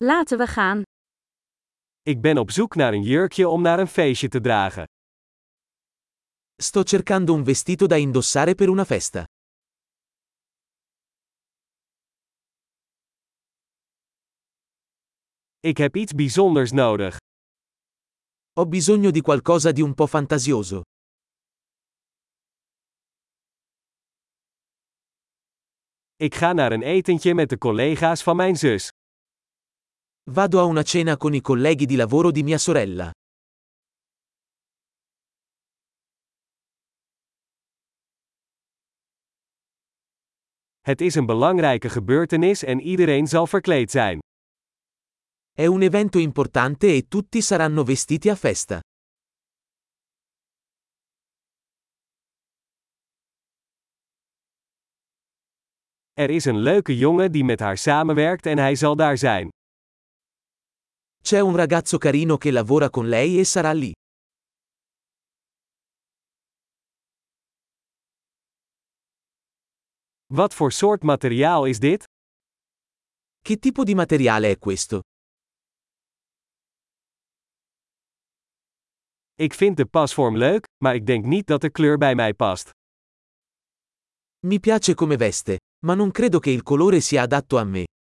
Laten we gaan. Ik ben op zoek naar een jurkje om naar een feestje te dragen. Sto cercando un vestito da indossare per una festa. Ik heb iets bijzonders nodig. Ho bisogno di qualcosa di un po' fantasioso. Ik ga naar een etentje met de collega's van mijn zus. Vado a una cena con i colleghi di lavoro di mia sorella. Het is een belangrijke gebeurtenis en iedereen zal verkleed zijn. È un evento importante e tutti saranno vestiti a festa. Er is een leuke jongen die met haar samenwerkt en hij zal daar zijn. C'è un ragazzo carino che lavora con lei e sarà lì. Wat voor soort materiaal is dit? Che tipo di materiale è questo? Ik vind de pasvorm leuk, maar ik denk niet dat de kleur bij mij past. Mi piace come veste, ma non credo che il colore sia adatto a me.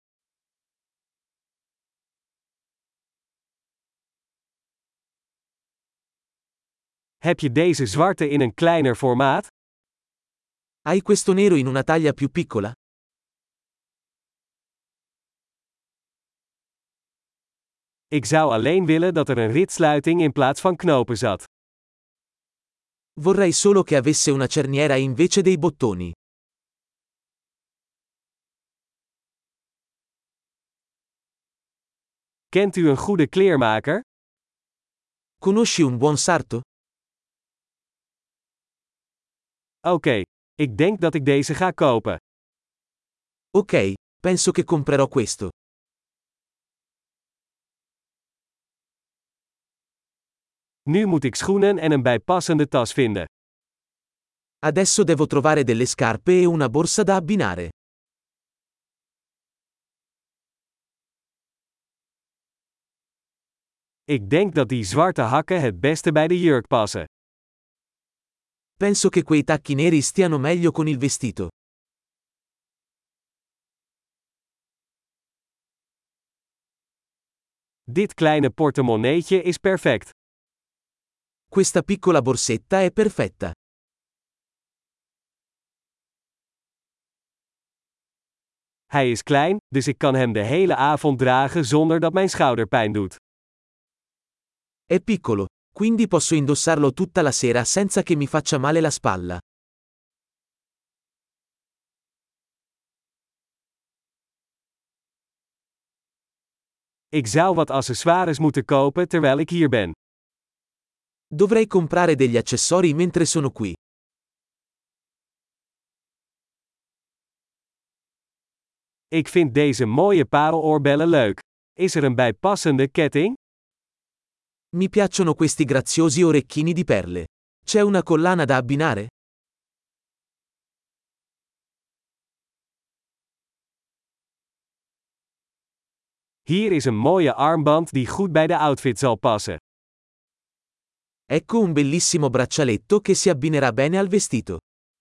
Heb je deze zwarte in een kleiner formaat? Hai questo nero in una taglia più piccola? Ik zou alleen willen dat er een ritsluiting in plaats van knopen zat. Vorrei solo che avesse una cerniera invece dei bottoni. Kent u een goede kleermaker? Conosci un buon sarto? Oké, ik denk dat ik deze ga kopen. Ok, penso che comprerò questo. Nu moet ik schoenen en een bijpassende tas vinden. Adesso devo trovare delle scarpe e una borsa da abbinare. Ik denk dat die zwarte hakken het beste bij de jurk passen. Penso che quei tacchi neri stiano meglio con il vestito. Dit kleine portemonneetje is perfect. Questa piccola borsetta è perfetta. Hij is klein, dus ik kan hem de hele avond dragen zonder dat mijn schouder pijn doet. È piccolo, quindi posso indossarlo tutta la sera senza che mi faccia male la spalla. Ik zou wat accessoires moeten kopen terwijl ik hier ben. Dovrei comprare degli accessori mentre sono qui. Ik vind deze mooie pareloorbellen leuk. Is er een bijpassende ketting? Mi piacciono questi graziosi orecchini di perle. C'è una collana da abbinare? Hier is een mooie armband die goed bij de outfit zal passen. Ecco un bellissimo braccialetto che si abbinerà bene al vestito.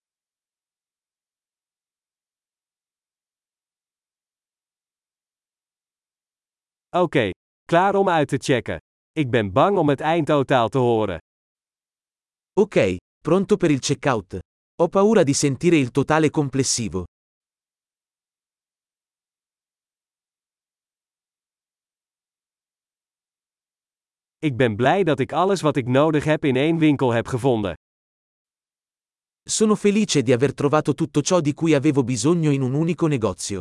Oké, klaar om uit te checken. Ik ben bang om het eindtotaal te horen. Ok, pronto per il checkout. Ho paura di sentire il totale complessivo. Ik ben blij dat ik alles wat ik nodig heb in één winkel heb gevonden. Sono felice di aver trovato tutto ciò di cui avevo bisogno in un unico negozio.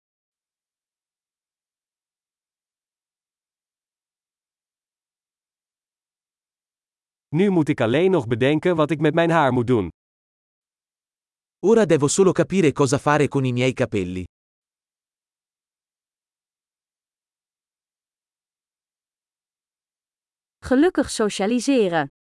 Nu moet ik alleen nog bedenken wat ik met mijn haar moet doen. Ora devo solo capire cosa fare con i miei capelli. Gelukkig socialiseren.